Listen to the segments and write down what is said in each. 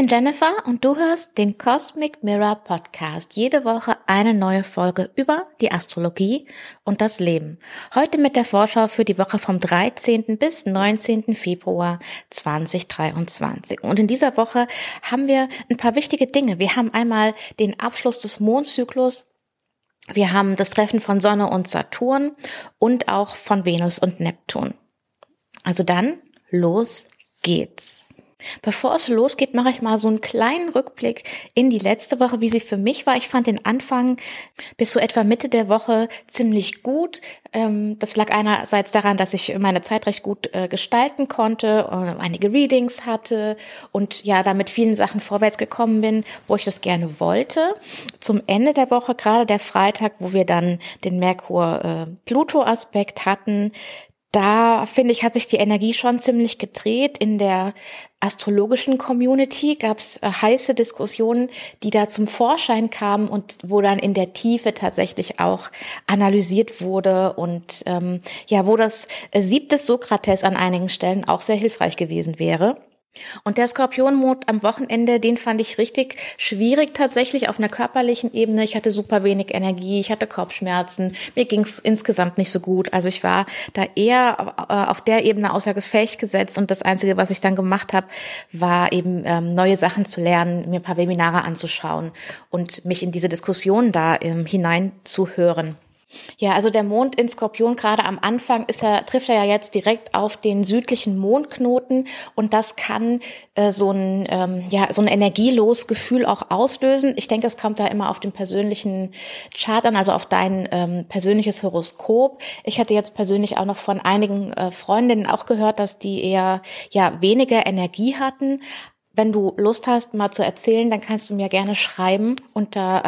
bin Jennifer und du hörst den Cosmic Mirror Podcast. Jede Woche eine neue Folge über die Astrologie und das Leben. Heute mit der Vorschau für die Woche vom 13. bis 19. Februar 2023. Und in dieser Woche haben wir ein paar wichtige Dinge. Wir haben einmal den Abschluss des Mondzyklus. Wir haben das Treffen von Sonne und Saturn und auch von Venus und Neptun. Also dann, los geht's. Bevor es losgeht, mache ich mal so einen kleinen Rückblick in die letzte Woche, wie sie für mich war. Ich fand den Anfang bis so etwa Mitte der Woche ziemlich gut. Das lag einerseits daran, dass ich meine Zeit recht gut gestalten konnte, einige Readings hatte und ja, da mit vielen Sachen vorwärts gekommen bin, wo ich das gerne wollte. Zum Ende der Woche, gerade der Freitag, wo wir dann den Merkur-Pluto-Aspekt hatten, da, finde ich, hat sich die Energie schon ziemlich gedreht. In der astrologischen Community gab es heiße Diskussionen, die da zum Vorschein kamen und wo dann in der Tiefe tatsächlich auch analysiert wurde und wo das 7. Sokrates an einigen Stellen auch sehr hilfreich gewesen wäre. Und der Skorpionmond am Wochenende, den fand ich richtig schwierig tatsächlich auf einer körperlichen Ebene. Ich hatte super wenig Energie, ich hatte Kopfschmerzen, mir ging es insgesamt nicht so gut. Also ich war da eher auf der Ebene außer Gefecht gesetzt und das Einzige, was ich dann gemacht habe, war eben neue Sachen zu lernen, mir ein paar Webinare anzuschauen und mich in diese Diskussion da hineinzuhören. Ja, also der Mond in Skorpion gerade am Anfang trifft er ja jetzt direkt auf den südlichen Mondknoten und das kann so ein energieloses Gefühl auch auslösen. Ich denke, es kommt da immer auf den persönlichen Chart an, also auf dein persönliches Horoskop. Ich hatte jetzt persönlich auch noch von einigen Freundinnen auch gehört, dass die eher weniger Energie hatten. Wenn du Lust hast, mal zu erzählen, dann kannst du mir gerne schreiben unter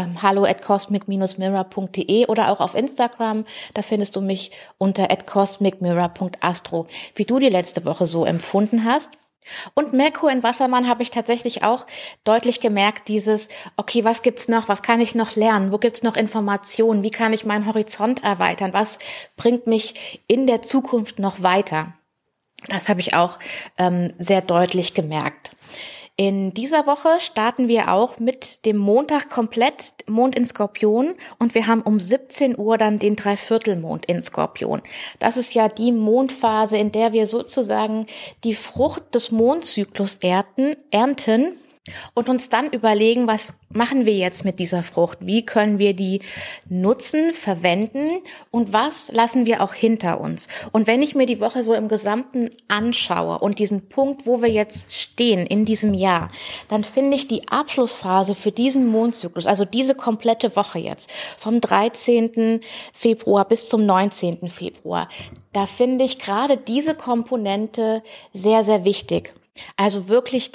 hallo@cosmic-mirror.de oder auch auf Instagram. Da findest du mich unter @cosmicmirror.astro, wie du die letzte Woche so empfunden hast. Und Merkur in Wassermann habe ich tatsächlich auch deutlich gemerkt, okay, was gibt's noch, was kann ich noch lernen, wo gibt's noch Informationen, wie kann ich meinen Horizont erweitern, was bringt mich in der Zukunft noch weiter. Das habe ich auch sehr deutlich gemerkt. In dieser Woche starten wir auch mit dem Montag komplett Mond in Skorpion und wir haben um 17 Uhr dann den Dreiviertelmond in Skorpion. Das ist ja die Mondphase, in der wir sozusagen die Frucht des Mondzyklus ernten und uns dann überlegen, was machen wir jetzt mit dieser Frucht? Wie können wir die nutzen, verwenden und was lassen wir auch hinter uns? Und wenn ich mir die Woche so im Gesamten anschaue und diesen Punkt, wo wir jetzt stehen in diesem Jahr, dann finde ich die Abschlussphase für diesen Mondzyklus, also diese komplette Woche jetzt, vom 13. Februar bis zum 19. Februar, da finde ich gerade diese Komponente sehr, sehr wichtig. Also wirklich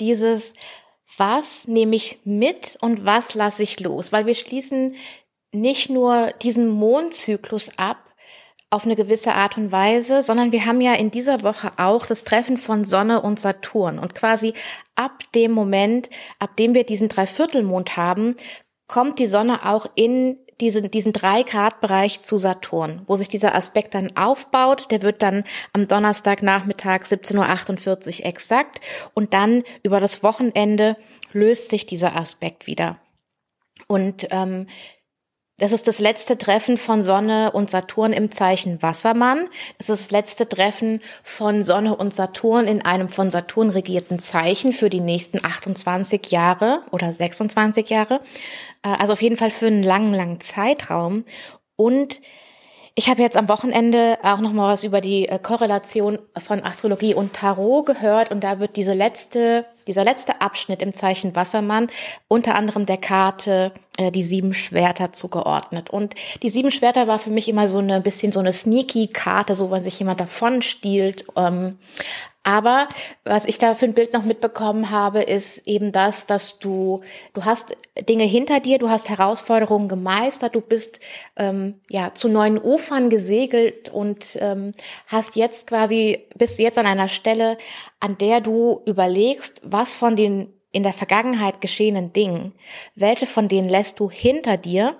was nehme ich mit und was lasse ich los? Weil wir schließen nicht nur diesen Mondzyklus ab auf eine gewisse Art und Weise, sondern wir haben ja in dieser Woche auch das Treffen von Sonne und Saturn. Und quasi ab dem Moment, ab dem wir diesen Dreiviertelmond haben, kommt die Sonne auch in diesen 3-Grad-Bereich zu Saturn, wo sich dieser Aspekt dann aufbaut. Der wird dann am Donnerstagnachmittag 17:48 Uhr exakt und dann über das Wochenende löst sich dieser Aspekt wieder. Und das ist das letzte Treffen von Sonne und Saturn im Zeichen Wassermann. Es ist das letzte Treffen von Sonne und Saturn in einem von Saturn regierten Zeichen für die nächsten 28 Jahre oder 26 Jahre. Also auf jeden Fall für einen langen, langen Zeitraum. Und ich habe jetzt am Wochenende auch noch mal was über die Korrelation von Astrologie und Tarot gehört und da wird dieser letzte Abschnitt im Zeichen Wassermann unter anderem der Karte die 7 Schwerter zugeordnet. Und die 7 Schwerter war für mich immer so ein bisschen so eine sneaky Karte, so wenn sich jemand davon stiehlt. Aber was ich da für ein Bild noch mitbekommen habe, ist eben das, dass du hast Dinge hinter dir, du hast Herausforderungen gemeistert, du bist zu neuen Ufern gesegelt und bist jetzt an einer Stelle, an der du überlegst, was von den in der Vergangenheit geschehenen Dingen, welche von denen lässt du hinter dir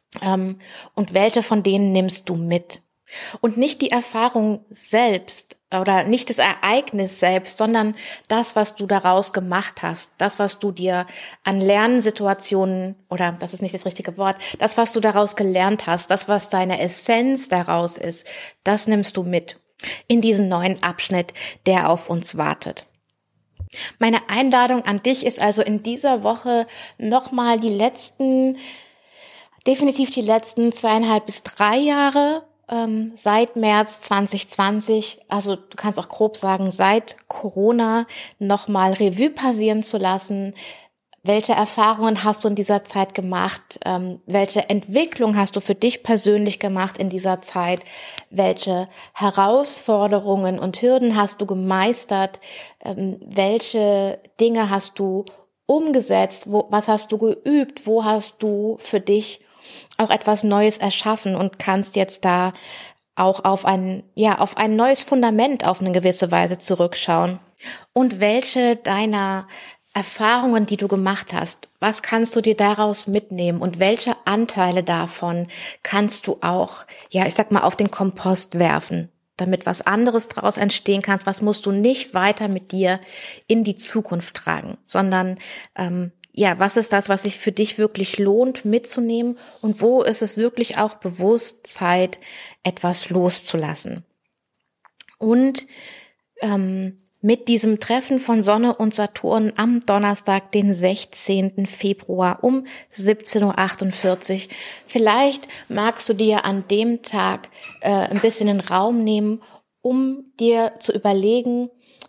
und welche von denen nimmst du mit. Und nicht die Erfahrung selbst oder nicht das Ereignis selbst, sondern das, was du daraus gemacht hast, das, was du dir an Lernsituationen, oder das ist nicht das richtige Wort, das, was du daraus gelernt hast, das, was deine Essenz daraus ist, das nimmst du mit in diesen neuen Abschnitt, der auf uns wartet. Meine Einladung an dich ist also in dieser Woche nochmal definitiv die letzten 2,5 bis 3 Jahre, seit März 2020, also du kannst auch grob sagen, seit Corona nochmal Revue passieren zu lassen. Welche Erfahrungen hast du in dieser Zeit gemacht? Welche Entwicklung hast du für dich persönlich gemacht in dieser Zeit? Welche Herausforderungen und Hürden hast du gemeistert? Welche Dinge hast du umgesetzt? Was hast du geübt? Wo hast du für dich auch etwas Neues erschaffen und kannst jetzt da auch auf ein neues Fundament auf eine gewisse Weise zurückschauen? Und welche deiner Erfahrungen, die du gemacht hast, was kannst du dir daraus mitnehmen und welche Anteile davon kannst du auch, auf den Kompost werfen, damit was anderes daraus entstehen kann? Was musst du nicht weiter mit dir in die Zukunft tragen, sondern was ist das, was sich für dich wirklich lohnt mitzunehmen und wo ist es wirklich auch bewusst Zeit, etwas loszulassen? Und mit diesem Treffen von Sonne und Saturn am Donnerstag, den 16. Februar um 17:48 Uhr. Vielleicht magst du dir an dem Tag ein bisschen den Raum nehmen, um dir zu überlegen,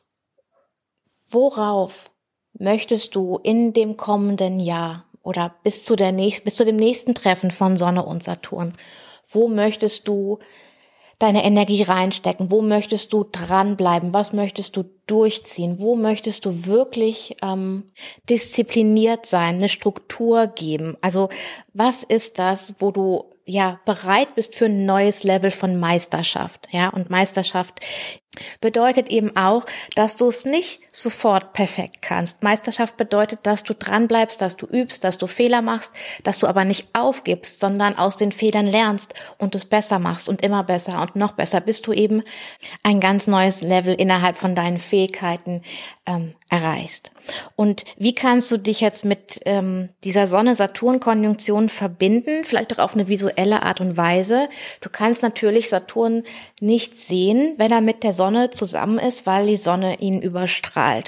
worauf möchtest du in dem kommenden Jahr oder bis zu dem nächsten Treffen von Sonne und Saturn, wo möchtest du deine Energie reinstecken? Wo möchtest du dranbleiben? Was möchtest du durchziehen? Wo möchtest du wirklich diszipliniert sein, eine Struktur geben? Also was ist das, wo du bereit bist für ein neues Level von Meisterschaft? Ja, und Meisterschaft bedeutet eben auch, dass du es nicht sofort perfekt kannst. Meisterschaft bedeutet, dass du dranbleibst, dass du übst, dass du Fehler machst, dass du aber nicht aufgibst, sondern aus den Fehlern lernst und es besser machst und immer besser und noch besser, bis du eben ein ganz neues Level innerhalb von deinen Fähigkeiten erreichst. Und wie kannst du dich jetzt mit dieser Sonne-Saturn-Konjunktion verbinden? Vielleicht auch auf eine visuelle Art und Weise. Du kannst natürlich Saturn nicht sehen, wenn er mit der Sonne zusammen ist, weil die Sonne ihn überstrahlt.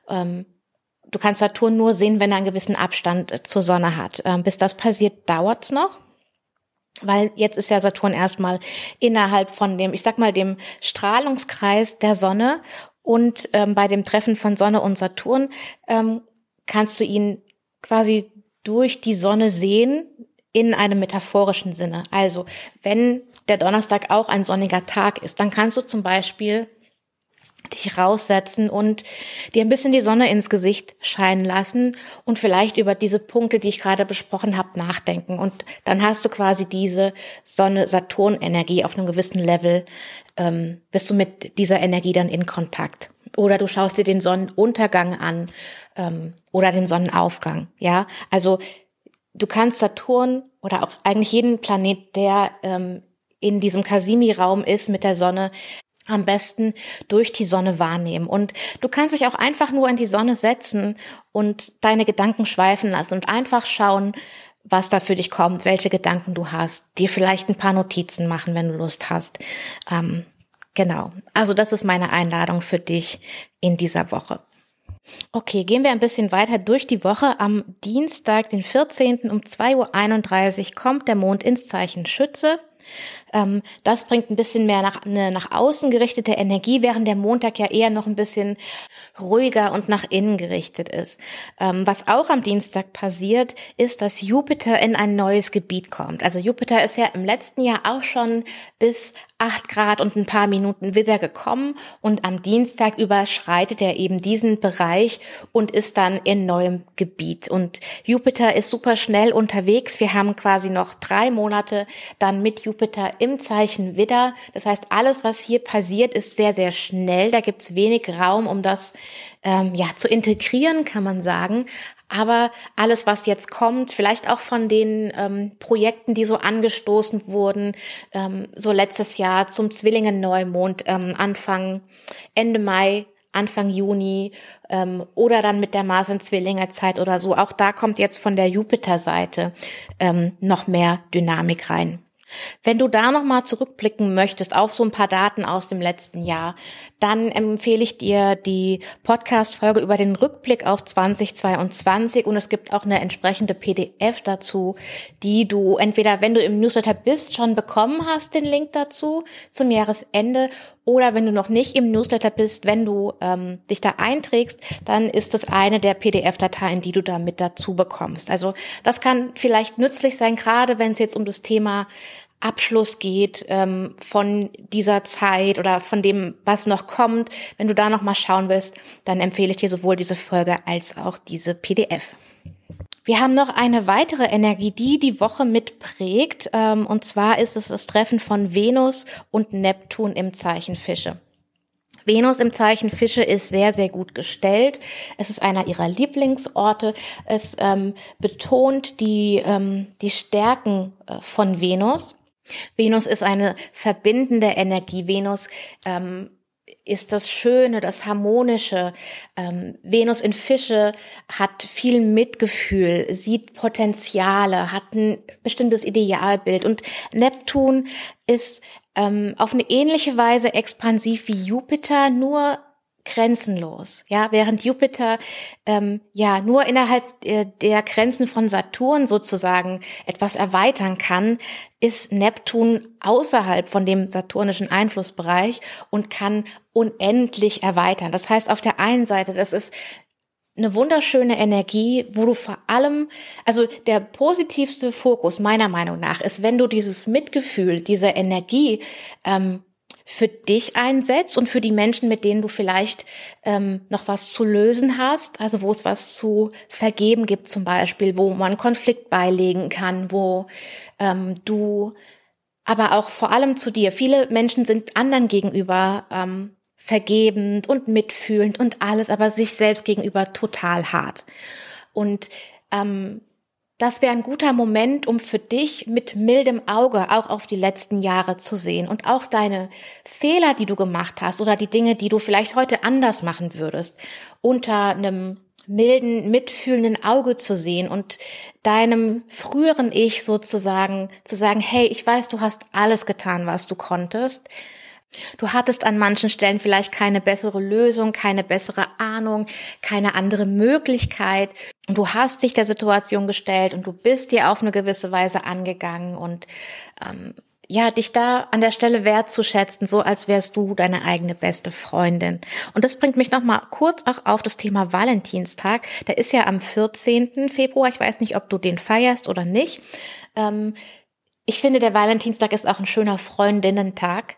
Du kannst Saturn nur sehen, wenn er einen gewissen Abstand zur Sonne hat. Bis das passiert, dauert's noch. Weil jetzt ist ja Saturn erstmal innerhalb von dem Strahlungskreis der Sonne. Und bei dem Treffen von Sonne und Saturn kannst du ihn quasi durch die Sonne sehen in einem metaphorischen Sinne. Also wenn der Donnerstag auch ein sonniger Tag ist, dann kannst du zum Beispiel dich raussetzen und dir ein bisschen die Sonne ins Gesicht scheinen lassen und vielleicht über diese Punkte, die ich gerade besprochen habe, nachdenken. Und dann hast du quasi diese Sonne-Saturn-Energie auf einem gewissen Level, bist du mit dieser Energie dann in Kontakt. Oder du schaust dir den Sonnenuntergang an oder den Sonnenaufgang. Ja, also du kannst Saturn oder auch eigentlich jeden Planet, der in diesem Cassini-Raum ist mit der Sonne, am besten durch die Sonne wahrnehmen. Und du kannst dich auch einfach nur in die Sonne setzen und deine Gedanken schweifen lassen und einfach schauen, was da für dich kommt, welche Gedanken du hast, dir vielleicht ein paar Notizen machen, wenn du Lust hast. Genau. Also das ist meine Einladung für dich in dieser Woche. Okay, gehen wir ein bisschen weiter durch die Woche. Am Dienstag, den 14. um 2:31 Uhr kommt der Mond ins Zeichen Schütze. Das bringt ein bisschen mehr nach außen gerichtete Energie, während der Montag ja eher noch ein bisschen ruhiger und nach innen gerichtet ist. Was auch am Dienstag passiert, ist, dass Jupiter in ein neues Gebiet kommt. Also Jupiter ist ja im letzten Jahr auch schon bis 8 Grad und ein paar Minuten wieder gekommen und am Dienstag überschreitet er eben diesen Bereich und ist dann in neuem Gebiet. Und Jupiter ist super schnell unterwegs. Wir haben quasi noch 3 Monate dann mit Jupiter im Zeichen Widder. Das heißt, alles, was hier passiert, ist sehr, sehr schnell. Da gibt's wenig Raum, um das zu integrieren, kann man sagen. Aber alles, was jetzt kommt, vielleicht auch von den Projekten, die so angestoßen wurden, so letztes Jahr zum Zwillingen-Neumond, Ende Mai, Anfang Juni, oder dann mit der Mars-in-Zwillinge-Zeit oder so. Auch da kommt jetzt von der Jupiter-Seite noch mehr Dynamik rein. Wenn du da nochmal zurückblicken möchtest auf so ein paar Daten aus dem letzten Jahr, dann empfehle ich dir die Podcast-Folge über den Rückblick auf 2022 und es gibt auch eine entsprechende PDF dazu, die du entweder, wenn du im Newsletter bist, schon bekommen hast, den Link dazu zum Jahresende, oder wenn du noch nicht im Newsletter bist, wenn du dich da einträgst, dann ist das eine der PDF-Dateien, die du da mit dazu bekommst. Also das kann vielleicht nützlich sein, gerade wenn es jetzt um das Thema Abschluss geht von dieser Zeit oder von dem, was noch kommt. Wenn du da noch mal schauen willst, dann empfehle ich dir sowohl diese Folge als auch diese PDF. Wir haben noch eine weitere Energie, die die Woche mitprägt, und zwar ist es das Treffen von Venus und Neptun im Zeichen Fische. Venus im Zeichen Fische ist sehr, sehr gut gestellt. Es ist einer ihrer Lieblingsorte. Es betont die Stärken von Venus. Venus ist eine verbindende Energie. Venus ist das Schöne, das Harmonische. Venus in Fische hat viel Mitgefühl, sieht Potenziale, hat ein bestimmtes Idealbild. Und Neptun ist auf eine ähnliche Weise expansiv wie Jupiter, nur grenzenlos, ja, während Jupiter nur innerhalb der Grenzen von Saturn sozusagen etwas erweitern kann, ist Neptun außerhalb von dem saturnischen Einflussbereich und kann unendlich erweitern. Das heißt, auf der einen Seite, das ist eine wunderschöne Energie, wo du vor allem, also der positivste Fokus meiner Meinung nach ist, wenn du dieses Mitgefühl, diese Energie für dich einsetzt und für die Menschen, mit denen du vielleicht noch was zu lösen hast, also wo es was zu vergeben gibt zum Beispiel, wo man Konflikt beilegen kann, wo du aber auch vor allem zu dir. Viele Menschen sind anderen gegenüber vergebend und mitfühlend und alles, aber sich selbst gegenüber total hart. Und das wäre ein guter Moment, um für dich mit mildem Auge auch auf die letzten Jahre zu sehen und auch deine Fehler, die du gemacht hast oder die Dinge, die du vielleicht heute anders machen würdest, unter einem milden, mitfühlenden Auge zu sehen und deinem früheren Ich sozusagen zu sagen, hey, ich weiß, du hast alles getan, was du konntest. Du hattest an manchen Stellen vielleicht keine bessere Lösung, keine bessere Ahnung, keine andere Möglichkeit. Und du hast dich der Situation gestellt und du bist dir auf eine gewisse Weise angegangen und dich da an der Stelle wertzuschätzen, so als wärst du deine eigene beste Freundin. Und das bringt mich nochmal kurz auch auf das Thema Valentinstag. Der ist ja am 14. Februar. Ich weiß nicht, ob du den feierst oder nicht. Ich finde, der Valentinstag ist auch ein schöner Freundinnentag,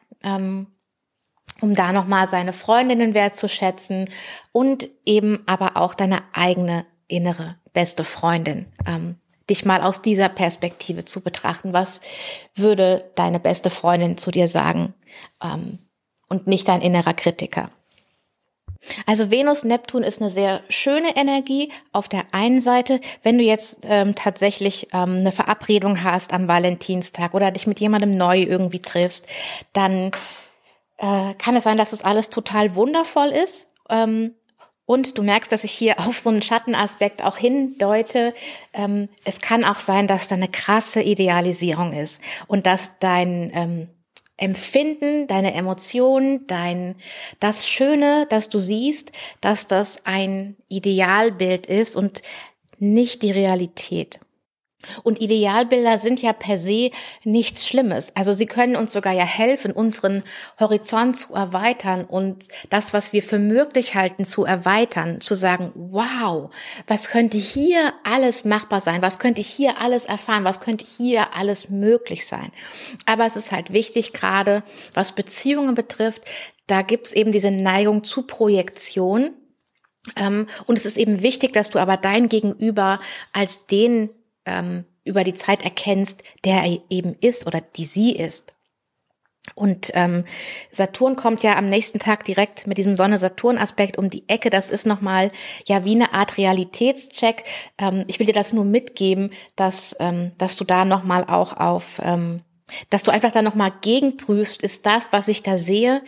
um da nochmal seine Freundinnen wertzuschätzen und eben aber auch deine eigene innere beste Freundin, dich mal aus dieser Perspektive zu betrachten. Was würde deine beste Freundin zu dir sagen, und nicht dein innerer Kritiker? Also Venus, Neptun ist eine sehr schöne Energie auf der einen Seite. Wenn du jetzt tatsächlich eine Verabredung hast am Valentinstag oder dich mit jemandem neu irgendwie triffst, dann kann es sein, dass das alles total wundervoll ist. Und du merkst, dass ich hier auf so einen Schattenaspekt auch hindeute. Es kann auch sein, dass da eine krasse Idealisierung ist und dass dein Empfinden, deine Emotionen, das Schöne, das du siehst, dass das ein Idealbild ist und nicht die Realität. Und Idealbilder sind ja per se nichts Schlimmes. Also sie können uns sogar ja helfen, unseren Horizont zu erweitern und das, was wir für möglich halten, zu erweitern, zu sagen, wow, was könnte hier alles machbar sein? Was könnte ich hier alles erfahren? Was könnte hier alles möglich sein? Aber es ist halt wichtig, gerade was Beziehungen betrifft, da gibt's eben diese Neigung zu Projektion. Und es ist eben wichtig, dass du aber dein Gegenüber als den über die Zeit erkennst, der er eben ist oder die sie ist. Und Saturn kommt ja am nächsten Tag direkt mit diesem Sonne-Saturn-Aspekt um die Ecke. Das ist nochmal ja wie eine Art Realitätscheck. Ich will dir das nur mitgeben, dass du da nochmal auch dass du einfach da nochmal gegenprüfst, ist das, was ich da sehe,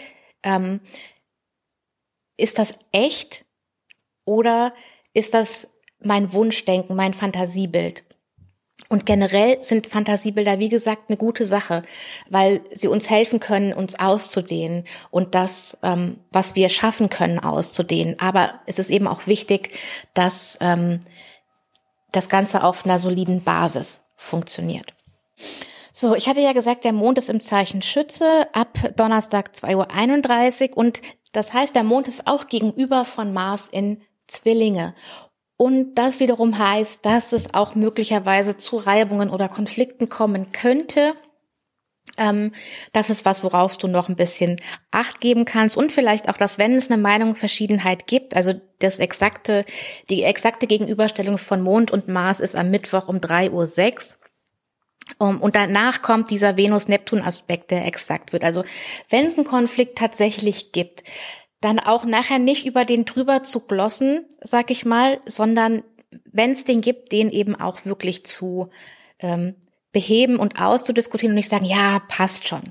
ist das echt oder ist das mein Wunschdenken, mein Fantasiebild? Und generell sind Fantasiebilder, wie gesagt, eine gute Sache, weil sie uns helfen können, uns auszudehnen und das, was wir schaffen können, auszudehnen. Aber es ist eben auch wichtig, dass das Ganze auf einer soliden Basis funktioniert. So, ich hatte ja gesagt, der Mond ist im Zeichen Schütze ab Donnerstag 2:31 Uhr und das heißt, der Mond ist auch gegenüber von Mars in Zwillinge. Und das wiederum heißt, dass es auch möglicherweise zu Reibungen oder Konflikten kommen könnte. Das ist was, worauf du noch ein bisschen Acht geben kannst und vielleicht auch, dass wenn es eine Meinungsverschiedenheit gibt, also die exakte Gegenüberstellung von Mond und Mars ist am Mittwoch um 3:06 Uhr. Und danach kommt dieser Venus-Neptun-Aspekt, der exakt wird. Also wenn es einen Konflikt tatsächlich gibt, dann auch nachher nicht über den drüber zu glossen, sag ich mal, sondern wenn es den gibt, den eben auch wirklich zu beheben und auszudiskutieren und nicht sagen, ja, passt schon.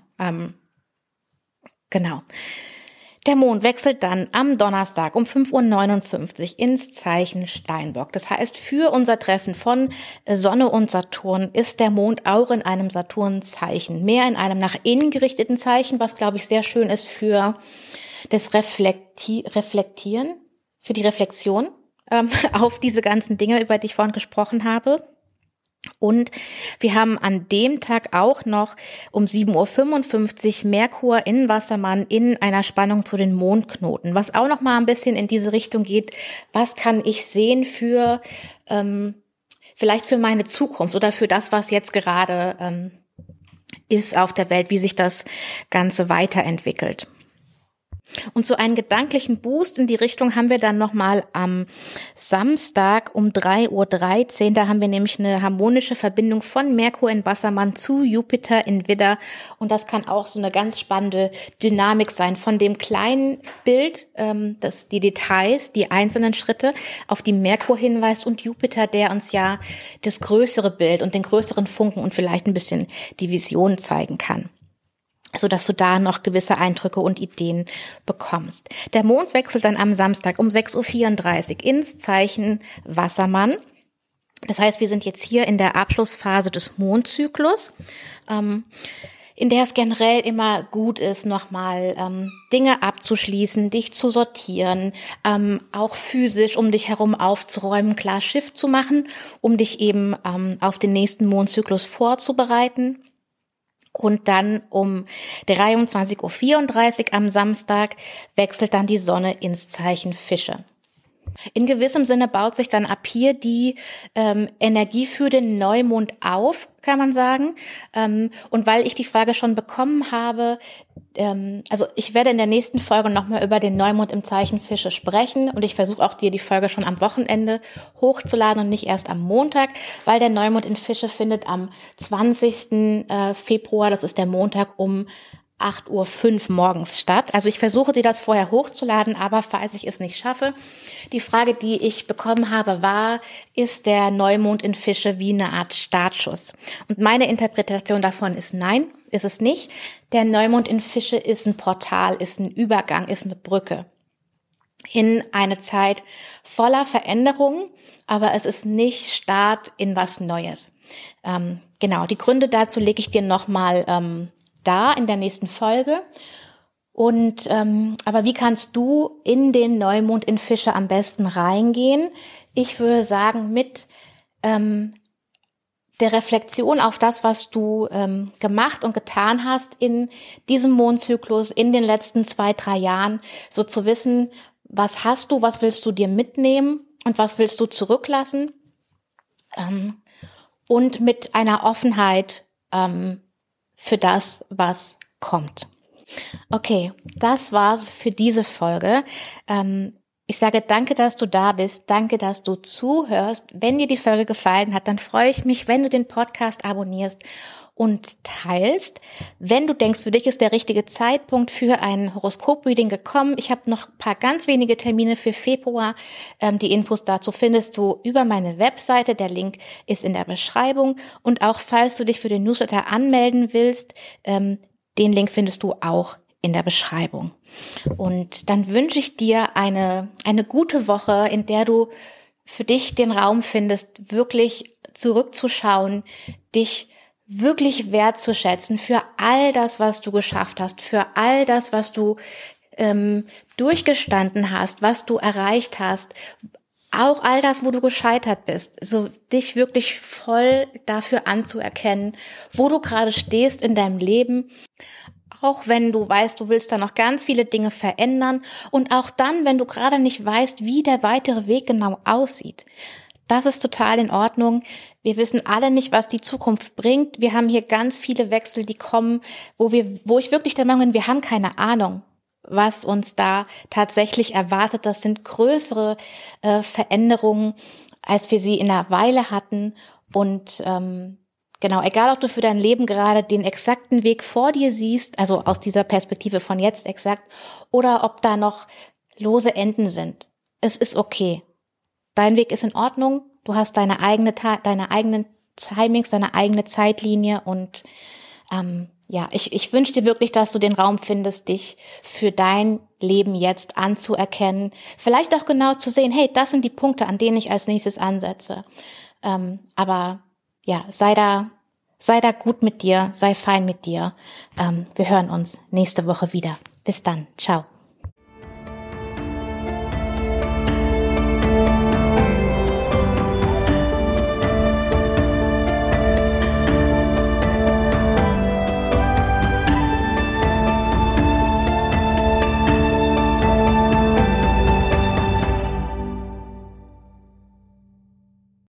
Genau. Der Mond wechselt dann am Donnerstag um 5:59 Uhr ins Zeichen Steinbock. Das heißt, für unser Treffen von Sonne und Saturn ist der Mond auch in einem Saturn-Zeichen, mehr in einem nach innen gerichteten Zeichen, was, glaube ich, sehr schön ist für das Reflektieren, für die Reflexion auf diese ganzen Dinge, über die ich vorhin gesprochen habe. Und wir haben an dem Tag auch noch um 7:55 Uhr Merkur in Wassermann in einer Spannung zu den Mondknoten, was auch noch mal ein bisschen in diese Richtung geht. Was kann ich sehen für vielleicht für meine Zukunft oder für das, was jetzt gerade ist auf der Welt, wie sich das Ganze weiterentwickelt. Und so einen gedanklichen Boost in die Richtung haben wir dann nochmal am Samstag um 3:13 Uhr. Da haben wir nämlich eine harmonische Verbindung von Merkur in Wassermann zu Jupiter in Widder. Und das kann auch so eine ganz spannende Dynamik sein von dem kleinen Bild, das die Details, die einzelnen Schritte, auf die Merkur hinweist und Jupiter, der uns ja das größere Bild und den größeren Funken und vielleicht ein bisschen die Vision zeigen kann, sodass du da noch gewisse Eindrücke und Ideen bekommst. Der Mond wechselt dann am Samstag um 6:34 Uhr ins Zeichen Wassermann. Das heißt, wir sind jetzt hier in der Abschlussphase des Mondzyklus, in der es generell immer gut ist, nochmal Dinge abzuschließen, dich zu sortieren, auch physisch um dich herum aufzuräumen, klar Shift zu machen, um dich eben auf den nächsten Mondzyklus vorzubereiten. Und dann um 23:34 Uhr am Samstag wechselt dann die Sonne ins Zeichen Fische. In gewissem Sinne baut sich dann ab hier die Energie für den Neumond auf, kann man sagen. Und weil ich die Frage schon bekommen habe, also ich werde in der nächsten Folge nochmal über den Neumond im Zeichen Fische sprechen und ich versuche auch dir die Folge schon am Wochenende hochzuladen und nicht erst am Montag, weil der Neumond in Fische findet am 20. Februar, das ist der Montag, um 8:05 Uhr morgens statt. Also ich versuche dir das vorher hochzuladen, aber falls ich es nicht schaffe, die Frage, die ich bekommen habe, war, ist der Neumond in Fische wie eine Art Startschuss? Und meine Interpretation davon ist nein, ist es nicht. Der Neumond in Fische ist ein Portal, ist ein Übergang, ist eine Brücke in eine Zeit voller Veränderungen, aber es ist nicht Start in was Neues. Genau, die Gründe dazu lege ich dir nochmal da in der nächsten Folge. Und aber wie kannst du in den Neumond in Fische am besten reingehen? Ich würde sagen, mit der Reflexion auf das, was du gemacht und getan hast in diesem Mondzyklus, in den letzten 2-3 Jahren, so zu wissen, was hast du, was willst du dir mitnehmen und was willst du zurücklassen? Und mit einer Offenheit für das, was kommt. Okay, das war's für diese Folge. Ich sage danke, dass du da bist. Danke, dass du zuhörst. Wenn dir die Folge gefallen hat, dann freue ich mich, wenn du den Podcast abonnierst und teilst. Wenn du denkst, für dich ist der richtige Zeitpunkt für ein Horoskop-Reading gekommen. Ich habe noch ein paar ganz wenige Termine für Februar. Die Infos dazu findest du über meine Webseite. Der Link ist in der Beschreibung. Und auch falls du dich für den Newsletter anmelden willst, den Link findest du auch in der Beschreibung. Und dann wünsche ich dir eine gute Woche, in der du für dich den Raum findest, wirklich zurückzuschauen, dich wirklich wertzuschätzen für all das, was du geschafft hast, für all das, was du durchgestanden hast, was du erreicht hast, auch all das, wo du gescheitert bist, so dich wirklich voll dafür anzuerkennen, wo du gerade stehst in deinem Leben, auch wenn du weißt, du willst da noch ganz viele Dinge verändern und auch dann, wenn du gerade nicht weißt, wie der weitere Weg genau aussieht. Das ist total in Ordnung. Wir wissen alle nicht, was die Zukunft bringt. Wir haben hier ganz viele Wechsel, die kommen, wo ich wirklich der Meinung bin, wir haben keine Ahnung, was uns da tatsächlich erwartet. Das sind größere Veränderungen, als wir sie in einer Weile hatten. Und genau, egal ob du für dein Leben gerade den exakten Weg vor dir siehst, also aus dieser Perspektive von jetzt exakt, oder ob da noch lose Enden sind. Es ist okay. Dein Weg ist in Ordnung. Du hast deine eigenen Timings, deine eigene Zeitlinie und ich wünsche dir wirklich, dass du den Raum findest, dich für dein Leben jetzt anzuerkennen. Vielleicht auch genau zu sehen, hey, das sind die Punkte, an denen ich als nächstes ansetze. Aber ja, sei da gut mit dir, sei fein mit dir. Wir hören uns nächste Woche wieder. Bis dann. Ciao.